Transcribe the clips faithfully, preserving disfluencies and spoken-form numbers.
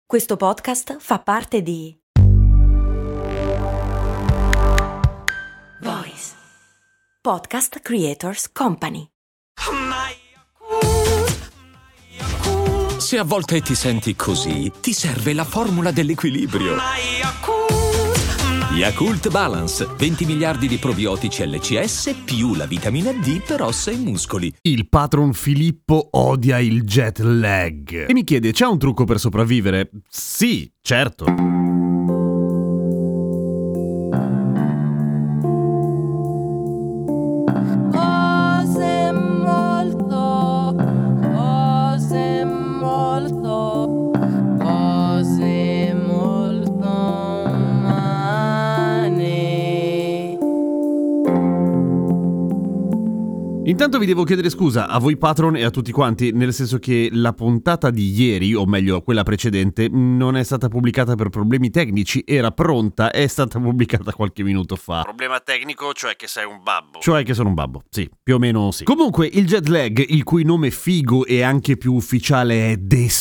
Questo podcast fa parte di Voice Podcast Creators Company. Se a volte ti senti così, ti serve la formula dell'equilibrio. Yakult Balance, venti miliardi di probiotici L C S più la vitamina D per ossa e muscoli. Il patron Filippo odia il jet lag e mi chiede: c'è un trucco per sopravvivere? Sì, certo. Cose molto, cose molto, cose molto umane. Intanto vi devo chiedere scusa a voi patron e a tutti quanti, nel senso che la puntata di ieri, o meglio quella precedente, non è stata pubblicata per problemi tecnici, era pronta, è stata pubblicata qualche minuto fa. Problema tecnico, cioè che sei un babbo. Cioè che sono un babbo, sì, più o meno sì. Comunque il jet lag, il cui nome figo e anche più ufficiale è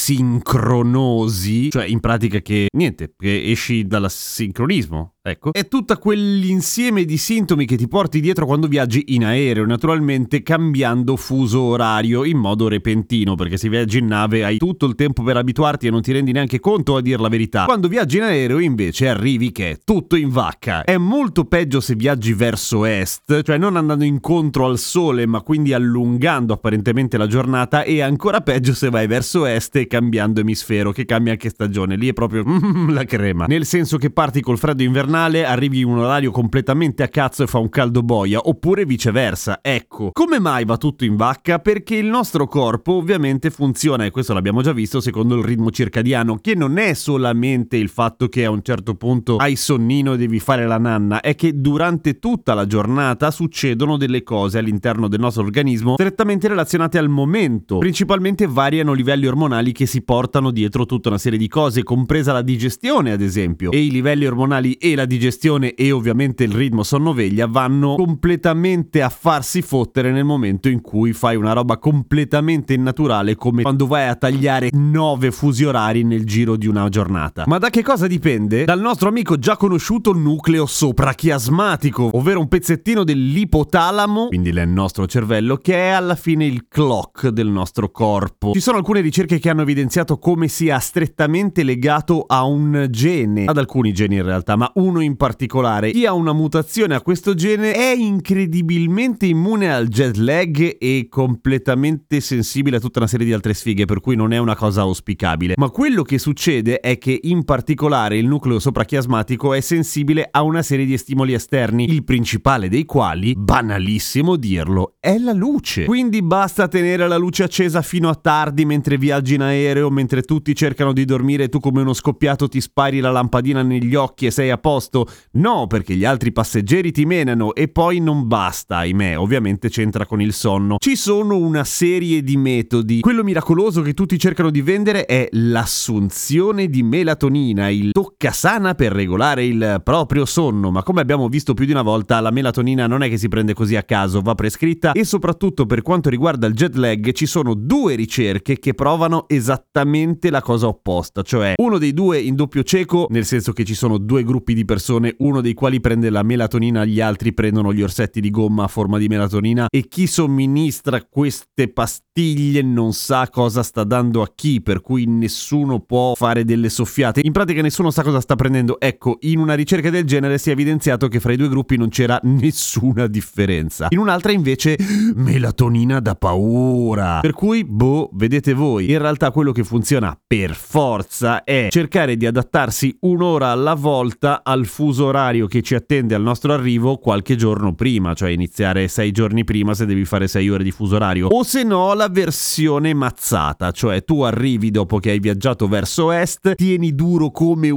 desincronosi, cioè in pratica che niente, che esci dal sincronismo. Ecco, è tutta quell'insieme di sintomi che ti porti dietro quando viaggi in aereo, naturalmente cambiando fuso orario in modo repentino, perché se viaggi in nave hai tutto il tempo per abituarti e non ti rendi neanche conto, a dir la verità. Quando viaggi in aereo invece arrivi che è tutto in vacca. È molto peggio se viaggi verso est, cioè non andando incontro al sole ma quindi allungando apparentemente la giornata, e ancora peggio se vai verso est e cambiando emisfero, che cambia anche stagione. Lì è proprio mm, la crema, nel senso che parti col freddo invernale, arrivi in un orario completamente a cazzo e fa un caldo boia, oppure viceversa. Ecco, come mai va tutto in vacca? Perché il nostro corpo ovviamente funziona, e questo l'abbiamo già visto, secondo il ritmo circadiano, che non è solamente il fatto che a un certo punto hai sonnino e devi fare la nanna, è che durante tutta la giornata succedono delle cose all'interno del nostro organismo strettamente relazionate al momento. Principalmente variano livelli ormonali che si portano dietro tutta una serie di cose, compresa la digestione ad esempio, e i livelli ormonali e la digestione e ovviamente il ritmo sonno-veglia vanno completamente a farsi fottere nel momento in cui fai una roba completamente innaturale, come quando vai a tagliare nove fusi orari nel giro di una giornata. Ma da che cosa dipende? Dal nostro amico già conosciuto nucleo soprachiasmatico, ovvero un pezzettino dell'ipotalamo, quindi il nostro cervello, che è alla fine il clock del nostro corpo. Ci sono alcune ricerche che hanno evidenziato come sia strettamente legato a un gene, ad alcuni geni in realtà, ma uno in particolare. Chi ha una mutazione a questo gene è incredibilmente immune al jet lag e completamente sensibile a tutta una serie di altre sfighe, per cui non è una cosa auspicabile. Ma quello che succede è che in particolare il nucleo soprachiasmatico è sensibile a una serie di stimoli esterni, il principale dei quali, banalissimo dirlo, è la luce. Quindi basta tenere la luce accesa fino a tardi mentre viaggi in aereo, mentre tutti cercano di dormire e tu come uno scoppiato ti spari la lampadina negli occhi e sei a posto. No, perché gli altri passeggeri ti menano. E poi non basta, ahimè, ovviamente c'entra con il sonno. Ci sono una serie di metodi. Quello miracoloso che tutti cercano di vendere è l'assunzione di melatonina, il toccasana per regolare il proprio sonno, ma come abbiamo visto più di una volta, la melatonina non è che si prende così a caso, va prescritta, e soprattutto per quanto riguarda il jet lag ci sono due ricerche che provano esattamente la cosa opposta, cioè uno dei due in doppio cieco, nel senso che ci sono due gruppi di persone, uno dei quali prende la melatonina, gli altri prendono gli orsetti di gomma a forma di melatonina, e chi somministra queste pastiglie non sa cosa sta dando a chi, per cui nessuno può fare delle soffiate. In pratica nessuno sa cosa sta prendendo. Ecco, in una ricerca del genere si è evidenziato che fra i due gruppi non c'era nessuna differenza. In un'altra invece melatonina da paura. Per cui, boh, vedete voi. In realtà quello che funziona per forza è cercare di adattarsi un'ora alla volta al fuso orario che ci attende al nostro arrivo qualche giorno prima, cioè iniziare sei giorni prima se devi fare sei ore di fuso orario, o se no la versione mazzata, cioè tu arrivi dopo che hai viaggiato verso est, tieni duro come un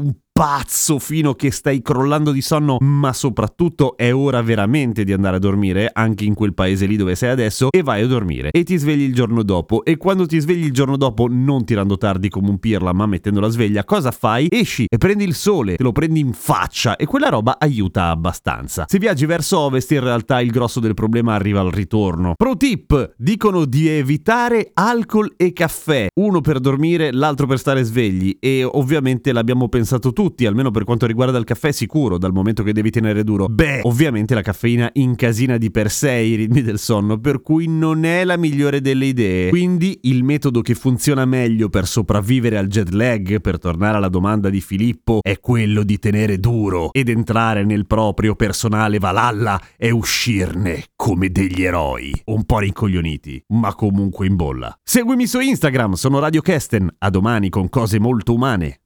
pazzo fino che stai crollando di sonno, ma soprattutto è ora veramente di andare a dormire, anche in quel paese lì dove sei adesso, e vai a dormire e ti svegli il giorno dopo. E quando ti svegli il giorno dopo, non tirando tardi come un pirla ma mettendo la sveglia, cosa fai? Esci e prendi il sole, te lo prendi in faccia e quella roba aiuta abbastanza. Se viaggi verso ovest, in realtà il grosso del problema arriva al ritorno. Pro tip: dicono di evitare alcol e caffè, uno per dormire, l'altro per stare svegli, e ovviamente l'abbiamo pensato tutti, almeno per quanto riguarda il caffè sicuro, dal momento che devi tenere duro. Beh, ovviamente la caffeina incasina di per sé i ritmi del sonno, per cui non è la migliore delle idee. Quindi il metodo che funziona meglio per sopravvivere al jet lag, per tornare alla domanda di Filippo, è quello di tenere duro ed entrare nel proprio personale Valhalla e uscirne come degli eroi, un po' rincoglioniti, ma comunque in bolla. Seguimi su Instagram, sono Radio Kesten, a domani con cose molto umane.